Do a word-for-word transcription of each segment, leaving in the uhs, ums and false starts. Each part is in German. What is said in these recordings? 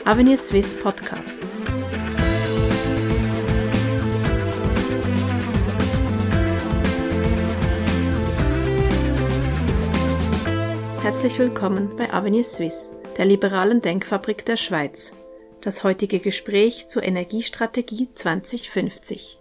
Avenir Suisse Podcast. Herzlich willkommen bei Avenir Suisse, der liberalen Denkfabrik der Schweiz. Das heutige Gespräch zur Energiestrategie zwanzig fünfzig.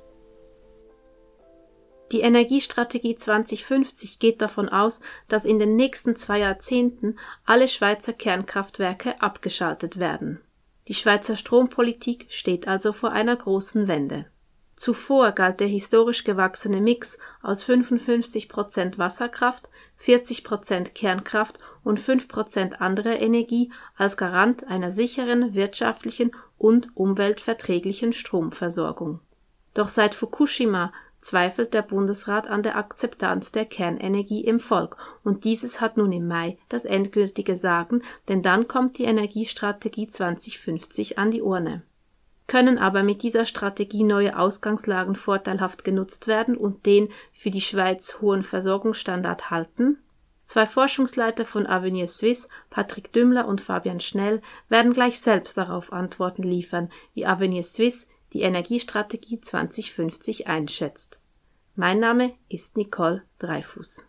Die Energiestrategie zwanzig fünfzig geht davon aus, dass in den nächsten zwei Jahrzehnten alle Schweizer Kernkraftwerke abgeschaltet werden. Die Schweizer Strompolitik steht also vor einer großen Wende. Zuvor galt der historisch gewachsene Mix aus fünfundfünfzig Prozent Wasserkraft, vierzig Prozent Kernkraft und fünf Prozent anderer Energie als Garant einer sicheren, wirtschaftlichen und umweltverträglichen Stromversorgung. Doch seit Fukushima zweifelt der Bundesrat an der Akzeptanz der Kernenergie im Volk, und dieses hat nun im Mai das endgültige Sagen, denn dann kommt die Energiestrategie zwanzig fünfzig an die Urne. Können aber mit dieser Strategie neue Ausgangslagen vorteilhaft genutzt werden und den für die Schweiz hohen Versorgungsstandard halten? Zwei Forschungsleiter von Avenir Suisse, Patrick Dümmler und Fabian Schnell, werden gleich selbst darauf Antworten liefern, wie Avenir Suisse die Energiestrategie zwanzig fünfzig einschätzt. Mein Name ist Nicole Dreifuss.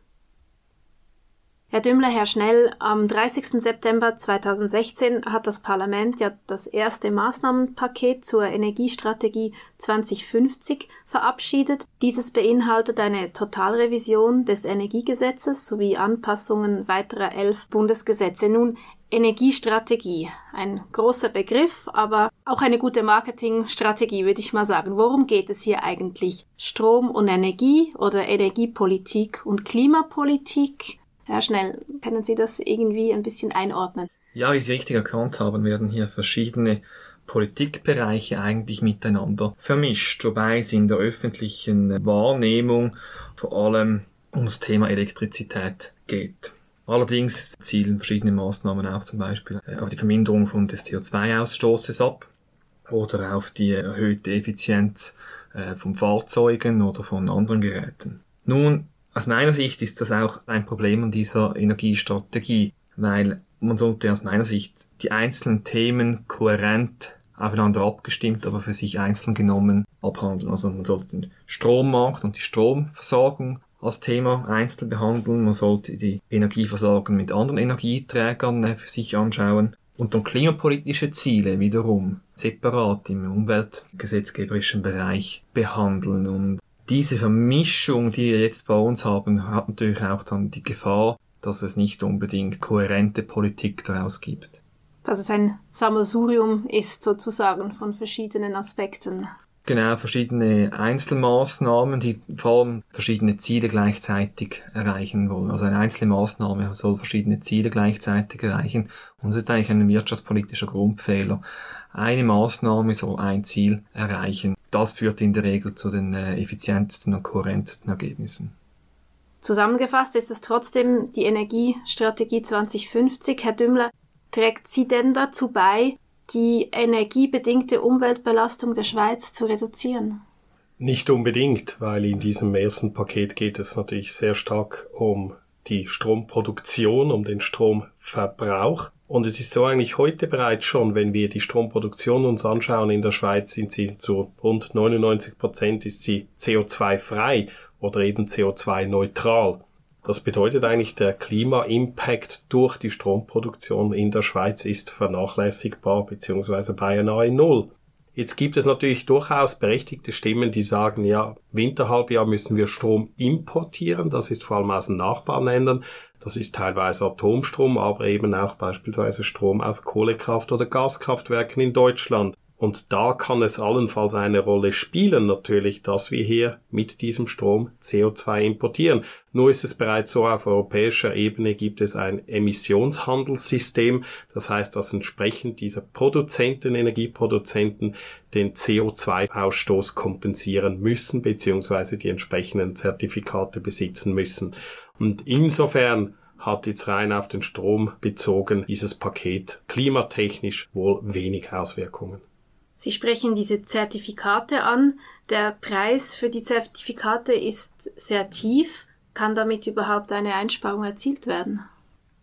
Herr Dümmler, Herr Schnell, am dreißigsten September zweitausendsechzehn hat das Parlament ja das erste Maßnahmenpaket zur Energiestrategie zwanzig fünfzig verabschiedet. Dieses beinhaltet eine Totalrevision des Energiegesetzes sowie Anpassungen weiterer elf Bundesgesetze. Nun, Energiestrategie, ein großer Begriff, aber auch eine gute Marketingstrategie, würde ich mal sagen. Worum geht es hier eigentlich? Strom und Energie oder Energiepolitik und Klimapolitik? Herr Schnell, können Sie das irgendwie ein bisschen einordnen? Ja, wie Sie richtig erkannt haben, werden hier verschiedene Politikbereiche eigentlich miteinander vermischt, wobei es in der öffentlichen Wahrnehmung vor allem um das Thema Elektrizität geht. Allerdings zielen verschiedene Maßnahmen auch zum Beispiel auf die Verminderung von des C O zwei Ausstoßes ab oder auf die erhöhte Effizienz von Fahrzeugen oder von anderen Geräten. Nun, aus meiner Sicht ist das auch ein Problem an dieser Energiestrategie, weil man sollte aus meiner Sicht die einzelnen Themen kohärent aufeinander abgestimmt, aber für sich einzeln genommen abhandeln. Also man sollte den Strommarkt und die Stromversorgung als Thema einzeln behandeln, man sollte die Energieversorgung mit anderen Energieträgern für sich anschauen und dann klimapolitische Ziele wiederum separat im umweltgesetzgeberischen Bereich behandeln. Und diese Vermischung, die wir jetzt vor uns haben, hat natürlich auch dann die Gefahr, dass es nicht unbedingt kohärente Politik daraus gibt. Dass es ein Sammelsurium ist sozusagen von verschiedenen Aspekten. Genau, verschiedene Einzelmaßnahmen, die vor allem verschiedene Ziele gleichzeitig erreichen wollen. Also eine einzelne Maßnahme soll verschiedene Ziele gleichzeitig erreichen. Und das ist eigentlich ein wirtschaftspolitischer Grundfehler. Eine Maßnahme soll ein Ziel erreichen. Das führt in der Regel zu den äh, effizientesten und kohärentesten Ergebnissen. Zusammengefasst ist es trotzdem die Energiestrategie zwanzig fünfzig. Herr Dümmler, trägt sie denn dazu bei, die energiebedingte Umweltbelastung der Schweiz zu reduzieren? Nicht unbedingt, weil in diesem ersten Paket geht es natürlich sehr stark um die Stromproduktion, um den Stromverbrauch. Und es ist so eigentlich heute bereits schon, wenn wir die Stromproduktion uns anschauen in der Schweiz, sind sie zu rund neunundneunzig Prozent ist sie C O zwei frei oder eben C O zwei neutral. Das bedeutet eigentlich, der Klima-Impact durch die Stromproduktion in der Schweiz ist vernachlässigbar bzw. beinahe null. Jetzt gibt es natürlich durchaus berechtigte Stimmen, die sagen, ja, Winterhalbjahr müssen wir Strom importieren. Das ist vor allem aus den Nachbarländern. Das ist teilweise Atomstrom, aber eben auch beispielsweise Strom aus Kohlekraft- oder Gaskraftwerken in Deutschland. Und da kann es allenfalls eine Rolle spielen, natürlich, dass wir hier mit diesem Strom C O zwei importieren. Nur ist es bereits so, auf europäischer Ebene gibt es ein Emissionshandelssystem. Das heißt, dass entsprechend diese Produzenten, Energieproduzenten den C O zwei Ausstoß kompensieren müssen, beziehungsweise die entsprechenden Zertifikate besitzen müssen. Und insofern hat jetzt rein auf den Strom bezogen dieses Paket klimatechnisch wohl wenig Auswirkungen. Sie sprechen diese Zertifikate an. Der Preis für die Zertifikate ist sehr tief. Kann damit überhaupt eine Einsparung erzielt werden?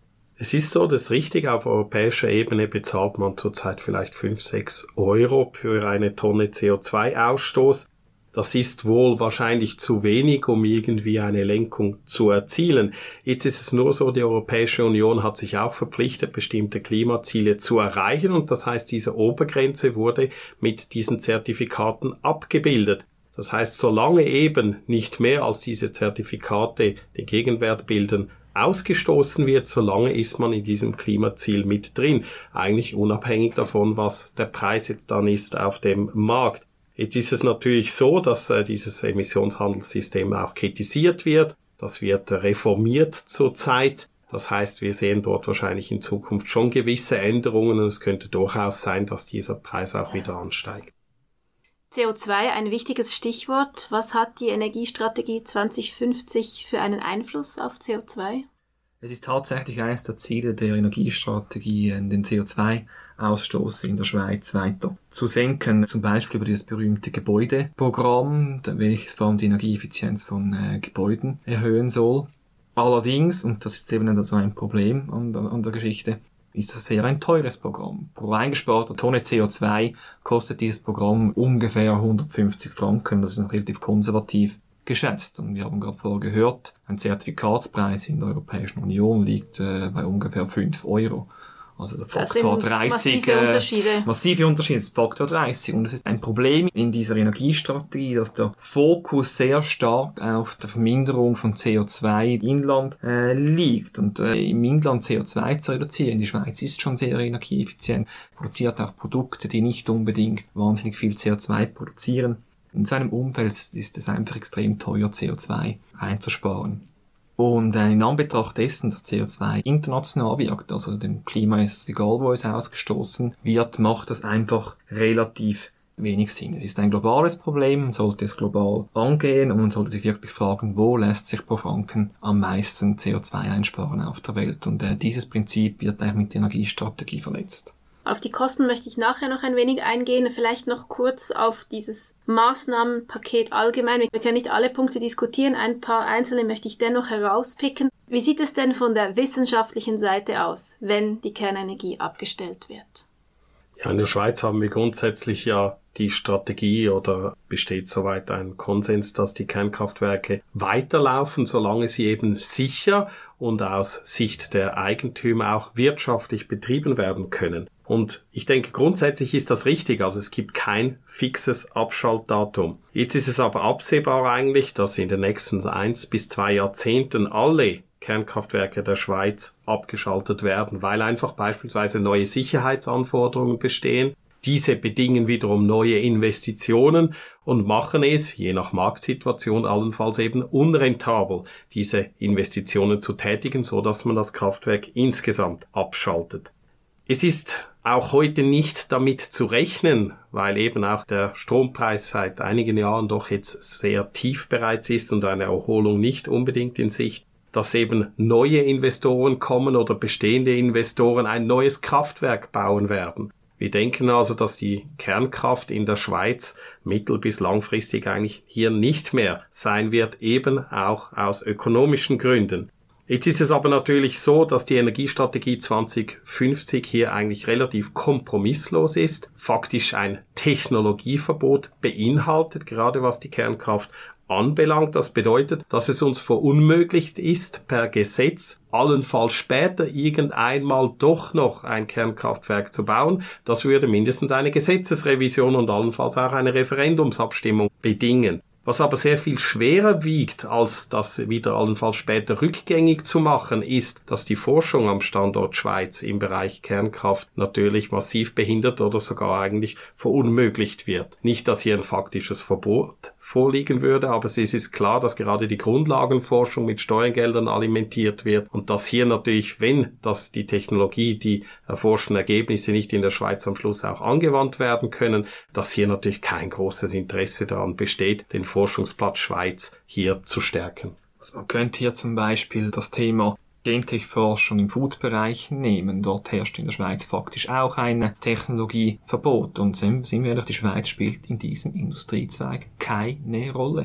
Es ist so, das ist richtig, auf europäischer Ebene bezahlt man zurzeit vielleicht fünf, sechs Euro für eine Tonne C O zwei Ausstoß. Das ist wohl wahrscheinlich zu wenig, um irgendwie eine Lenkung zu erzielen. Jetzt ist es nur so, die Europäische Union hat sich auch verpflichtet, bestimmte Klimaziele zu erreichen, und das heißt, diese Obergrenze wurde mit diesen Zertifikaten abgebildet. Das heißt, solange eben nicht mehr als diese Zertifikate den Gegenwert bilden, ausgestoßen wird, solange ist man in diesem Klimaziel mit drin. Eigentlich unabhängig davon, was der Preis jetzt dann ist auf dem Markt. Jetzt ist es natürlich so, dass äh, dieses Emissionshandelssystem auch kritisiert wird. Das wird äh, reformiert zurzeit. Das heißt, wir sehen dort wahrscheinlich in Zukunft schon gewisse Änderungen, und es könnte durchaus sein, dass dieser Preis auch wieder ansteigt. C O zwei, ein wichtiges Stichwort. Was hat die Energiestrategie zwanzig fünfzig für einen Einfluss auf C O zwei? Es ist tatsächlich eines der Ziele der Energiestrategie, den C O zwei Ausstoß in der Schweiz weiter zu senken. Zum Beispiel über das berühmte Gebäudeprogramm, welches vor allem die Energieeffizienz von äh, Gebäuden erhöhen soll. Allerdings, und das ist eben so ein Problem an der, an der Geschichte, ist das sehr ein teures Programm. Pro eingesparter Tonne C O zwei kostet dieses Programm ungefähr hundertfünfzig Franken. Das ist noch relativ konservativ geschätzt. Und wir haben gerade vorher gehört, ein Zertifikatspreis in der Europäischen Union liegt äh, bei ungefähr fünf Euro. Also der Faktor dreißig. Massive Unterschiede. Äh, massive Unterschiede, das ist Faktor dreißig. Und es ist ein Problem in dieser Energiestrategie, dass der Fokus sehr stark auf der Verminderung von C O zwei im Inland äh, liegt. Und äh, im Inland C O zwei zu reduzieren. Die Schweiz ist schon sehr energieeffizient, produziert auch Produkte, die nicht unbedingt wahnsinnig viel C O zwei produzieren. In so einem Umfeld ist es einfach extrem teuer, C O zwei einzusparen. Und äh, in Anbetracht dessen, dass C O zwei international wirkt, also dem Klima ist egal, wo es ausgestoßen wird, macht das einfach relativ wenig Sinn. Es ist ein globales Problem, man sollte es global angehen, und man sollte sich wirklich fragen, wo lässt sich pro Franken am meisten C O zwei einsparen auf der Welt. Und äh, dieses Prinzip wird eigentlich mit der Energiestrategie verletzt. Auf die Kosten möchte ich nachher noch ein wenig eingehen, vielleicht noch kurz auf dieses Maßnahmenpaket allgemein. Wir können nicht alle Punkte diskutieren, ein paar einzelne möchte ich dennoch herauspicken. Wie sieht es denn von der wissenschaftlichen Seite aus, wenn die Kernenergie abgestellt wird? Ja, in der Schweiz haben wir grundsätzlich ja die Strategie, oder besteht soweit ein Konsens, dass die Kernkraftwerke weiterlaufen, solange sie eben sicher und aus Sicht der Eigentümer auch wirtschaftlich betrieben werden können. Und ich denke, grundsätzlich ist das richtig, also es gibt kein fixes Abschaltdatum. Jetzt ist es aber absehbar eigentlich, dass in den nächsten eins bis zwei Jahrzehnten alle Kernkraftwerke der Schweiz abgeschaltet werden, weil einfach beispielsweise neue Sicherheitsanforderungen bestehen. Diese bedingen wiederum neue Investitionen und machen es, je nach Marktsituation, allenfalls eben unrentabel, diese Investitionen zu tätigen, so dass man das Kraftwerk insgesamt abschaltet. Es ist auch heute nicht damit zu rechnen, weil eben auch der Strompreis seit einigen Jahren doch jetzt sehr tief bereits ist und eine Erholung nicht unbedingt in Sicht, dass eben neue Investoren kommen oder bestehende Investoren ein neues Kraftwerk bauen werden. Wir denken also, dass die Kernkraft in der Schweiz mittel- bis langfristig eigentlich hier nicht mehr sein wird, eben auch aus ökonomischen Gründen. Jetzt ist es aber natürlich so, dass die Energiestrategie zwanzig fünfzig hier eigentlich relativ kompromisslos ist, faktisch ein Technologieverbot beinhaltet, gerade was die Kernkraft anbelangt. Das bedeutet, dass es uns verunmöglicht ist, per Gesetz allenfalls später irgendeinmal doch noch ein Kernkraftwerk zu bauen. Das würde mindestens eine Gesetzesrevision und allenfalls auch eine Referendumsabstimmung bedingen. Was aber sehr viel schwerer wiegt, als das wieder allenfalls später rückgängig zu machen, ist, dass die Forschung am Standort Schweiz im Bereich Kernkraft natürlich massiv behindert oder sogar eigentlich verunmöglicht wird. Nicht, dass hier ein faktisches Verbot vorliegen würde, aber es ist klar, dass gerade die Grundlagenforschung mit Steuergeldern alimentiert wird und dass hier natürlich, wenn das die Technologie, die erforschten Ergebnisse nicht in der Schweiz am Schluss auch angewandt werden können, dass hier natürlich kein großes Interesse daran besteht, den Forschungsplatz Schweiz hier zu stärken. Also man könnte hier zum Beispiel das Thema Gentechforschung im Food-Bereich nehmen. Dort herrscht in der Schweiz faktisch auch ein Technologieverbot. Und sind wir ehrlich, die Schweiz spielt in diesem Industriezweig keine Rolle.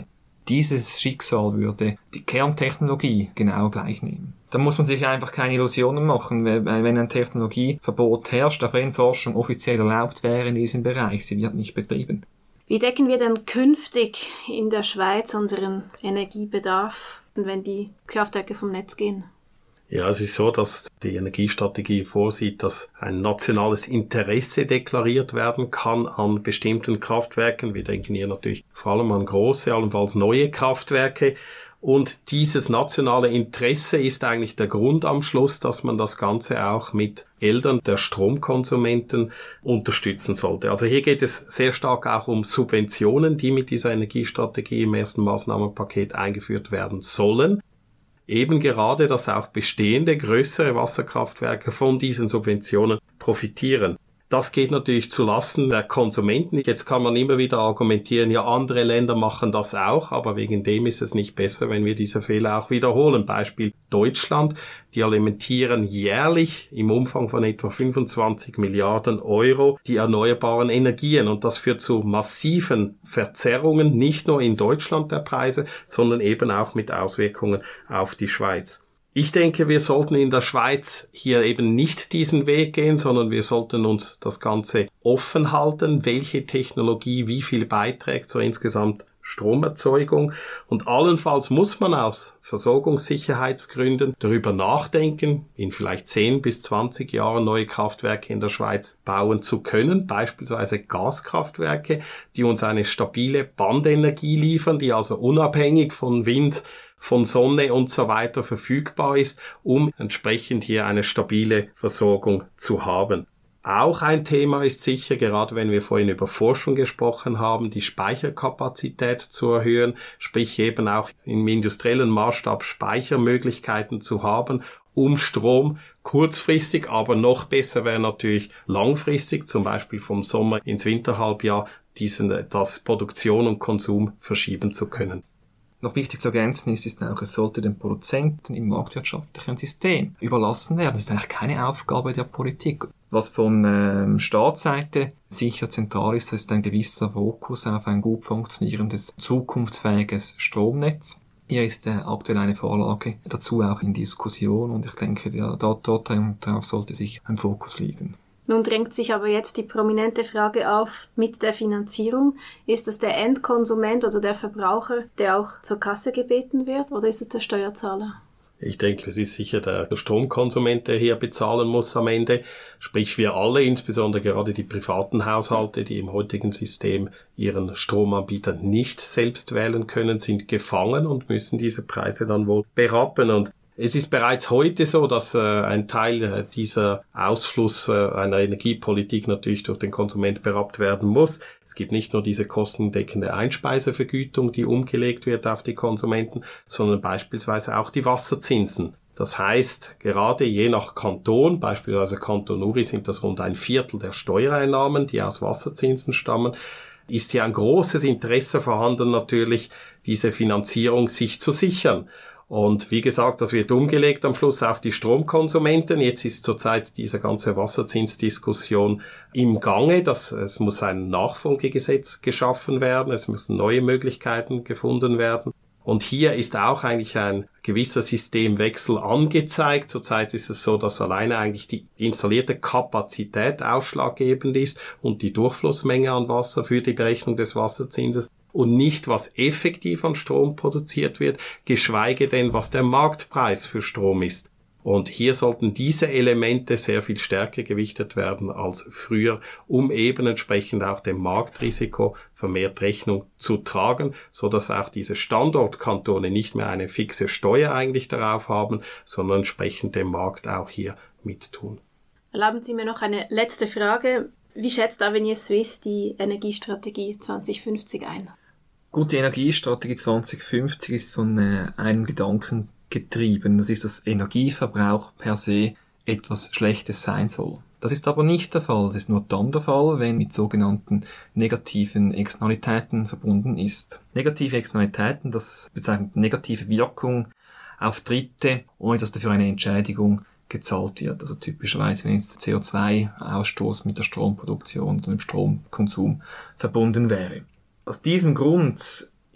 Dieses Schicksal würde die Kerntechnologie genau gleich nehmen. Da muss man sich einfach keine Illusionen machen, wenn ein Technologieverbot herrscht, auch wenn Forschung offiziell erlaubt wäre in diesem Bereich, sie wird nicht betrieben. Wie decken wir denn künftig in der Schweiz unseren Energiebedarf, wenn die Kraftwerke vom Netz gehen? Ja, es ist so, dass die Energiestrategie vorsieht, dass ein nationales Interesse deklariert werden kann an bestimmten Kraftwerken. Wir denken hier natürlich vor allem an große, allenfalls neue Kraftwerke. Und dieses nationale Interesse ist eigentlich der Grund am Schluss, dass man das Ganze auch mit Geldern der Stromkonsumenten unterstützen sollte. Also hier geht es sehr stark auch um Subventionen, die mit dieser Energiestrategie im ersten Maßnahmenpaket eingeführt werden sollen. Eben gerade, dass auch bestehende größere Wasserkraftwerke von diesen Subventionen profitieren. Das geht natürlich zulasten der Konsumenten. Jetzt kann man immer wieder argumentieren, ja, andere Länder machen das auch, aber wegen dem ist es nicht besser, wenn wir diese Fehler auch wiederholen. Beispiel Deutschland, die alimentieren jährlich im Umfang von etwa fünfundzwanzig Milliarden Euro die erneuerbaren Energien. Und das führt zu massiven Verzerrungen, nicht nur in Deutschland der Preise, sondern eben auch mit Auswirkungen auf die Schweiz. Ich denke, wir sollten in der Schweiz hier eben nicht diesen Weg gehen, sondern wir sollten uns das Ganze offen halten, welche Technologie wie viel beiträgt zur insgesamt Stromerzeugung. Und allenfalls muss man aus Versorgungssicherheitsgründen darüber nachdenken, in vielleicht zehn bis zwanzig Jahren neue Kraftwerke in der Schweiz bauen zu können, beispielsweise Gaskraftwerke, die uns eine stabile Bandenergie liefern, die also unabhängig von Wind, von Sonne und so weiter verfügbar ist, um entsprechend hier eine stabile Versorgung zu haben. Auch ein Thema ist sicher, gerade wenn wir vorhin über Forschung gesprochen haben, die Speicherkapazität zu erhöhen, sprich eben auch im industriellen Maßstab Speichermöglichkeiten zu haben, um Strom kurzfristig, aber noch besser wäre natürlich langfristig, zum Beispiel vom Sommer ins Winterhalbjahr, diesen, das Produktion und Konsum verschieben zu können. Noch wichtig zu ergänzen ist, ist auch, es sollte den Produzenten im marktwirtschaftlichen System überlassen werden. Das ist eigentlich keine Aufgabe der Politik. Was von ähm, Staatsseite sicher zentral ist, ist ein gewisser Fokus auf ein gut funktionierendes, zukunftsfähiges Stromnetz. Hier ist äh, aktuell eine Vorlage dazu auch in Diskussion und ich denke, der, dort, dort darauf sollte sich ein Fokus liegen. Nun drängt sich aber jetzt die prominente Frage auf mit der Finanzierung. Ist es der Endkonsument oder der Verbraucher, der auch zur Kasse gebeten wird, oder ist es der Steuerzahler? Ich denke, es ist sicher der Stromkonsument, der hier bezahlen muss am Ende. Sprich, wir alle, insbesondere gerade die privaten Haushalte, die im heutigen System ihren Stromanbieter nicht selbst wählen können, sind gefangen und müssen diese Preise dann wohl berappen. Und es ist bereits heute so, dass äh, ein Teil äh, dieser Ausfluss äh, einer Energiepolitik natürlich durch den Konsument berappt werden muss. Es gibt nicht nur diese kostendeckende Einspeisevergütung, die umgelegt wird auf die Konsumenten, sondern beispielsweise auch die Wasserzinsen. Das heißt, gerade je nach Kanton, beispielsweise Kanton Uri sind das rund ein Viertel der Steuereinnahmen, die aus Wasserzinsen stammen, ist hier ein großes Interesse vorhanden, natürlich diese Finanzierung sich zu sichern. Und wie gesagt, das wird umgelegt am Schluss auf die Stromkonsumenten. Jetzt ist zurzeit diese ganze Wasserzinsdiskussion im Gange. Das, es muss ein Nachfolgegesetz geschaffen werden. Es müssen neue Möglichkeiten gefunden werden. Und hier ist auch eigentlich ein gewisser Systemwechsel angezeigt. Zurzeit ist es so, dass alleine eigentlich die installierte Kapazität ausschlaggebend ist und die Durchflussmenge an Wasser für die Berechnung des Wasserzinses und nicht, was effektiv an Strom produziert wird, geschweige denn, was der Marktpreis für Strom ist. Und hier sollten diese Elemente sehr viel stärker gewichtet werden als früher, um eben entsprechend auch dem Marktrisiko vermehrt Rechnung zu tragen, so dass auch diese Standortkantone nicht mehr eine fixe Steuer eigentlich darauf haben, sondern entsprechend dem Markt auch hier mittun. Erlauben Sie mir noch eine letzte Frage. Wie schätzt Avenir Suisse die Energiestrategie zwanzig fünfzig ein? Gut, die Energiestrategie zwanzig fünfzig ist von äh, einem Gedanken getrieben. Das ist, dass Energieverbrauch per se etwas Schlechtes sein soll. Das ist aber nicht der Fall. Es ist nur dann der Fall, wenn mit sogenannten negativen Externalitäten verbunden ist. Negative Externalitäten, das bezeichnet negative Wirkung auf Dritte, ohne dass dafür eine Entschädigung gezahlt wird. Also typischerweise, wenn jetzt C O zwei Ausstoß mit der Stromproduktion oder dem Stromkonsum verbunden wäre. Aus diesem Grund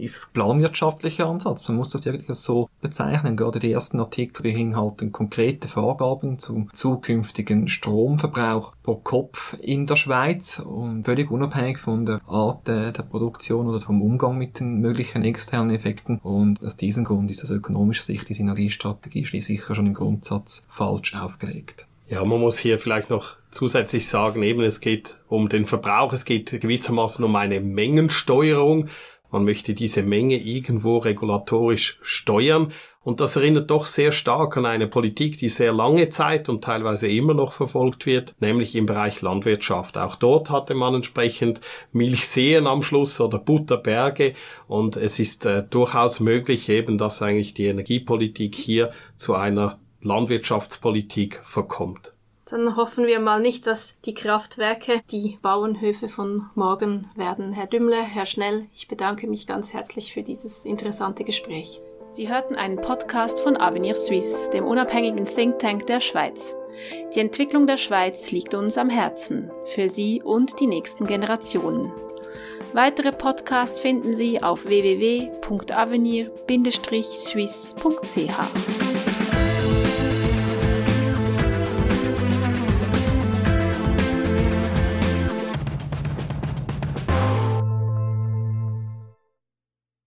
ist es planwirtschaftlicher Ansatz. Man muss das wirklich so bezeichnen. Gerade die ersten Artikel beinhalten konkrete Vorgaben zum zukünftigen Stromverbrauch pro Kopf in der Schweiz und völlig unabhängig von der Art der, der Produktion oder vom Umgang mit den möglichen externen Effekten. Und aus diesem Grund ist aus ökonomischer Sicht die Synergiestrategie schließlich schon im Grundsatz falsch aufgelegt. Ja, man muss hier vielleicht noch zusätzlich sagen, eben es geht um den Verbrauch, es geht gewissermaßen um eine Mengensteuerung. Man möchte diese Menge irgendwo regulatorisch steuern. Und das erinnert doch sehr stark an eine Politik, die sehr lange Zeit und teilweise immer noch verfolgt wird, nämlich im Bereich Landwirtschaft. Auch dort hatte man entsprechend Milchseen am Schluss oder Butterberge. Und es ist äh, durchaus möglich eben, dass eigentlich die Energiepolitik hier zu einer Landwirtschaftspolitik verkommt. Dann hoffen wir mal nicht, dass die Kraftwerke die Bauernhöfe von morgen werden. Herr Dümmle, Herr Schnell, ich bedanke mich ganz herzlich für dieses interessante Gespräch. Sie hörten einen Podcast von Avenir Suisse, dem unabhängigen Think Tank der Schweiz. Die Entwicklung der Schweiz liegt uns am Herzen, für Sie und die nächsten Generationen. Weitere Podcasts finden Sie auf w w w punkt avenir Bindestrich suisse punkt c h.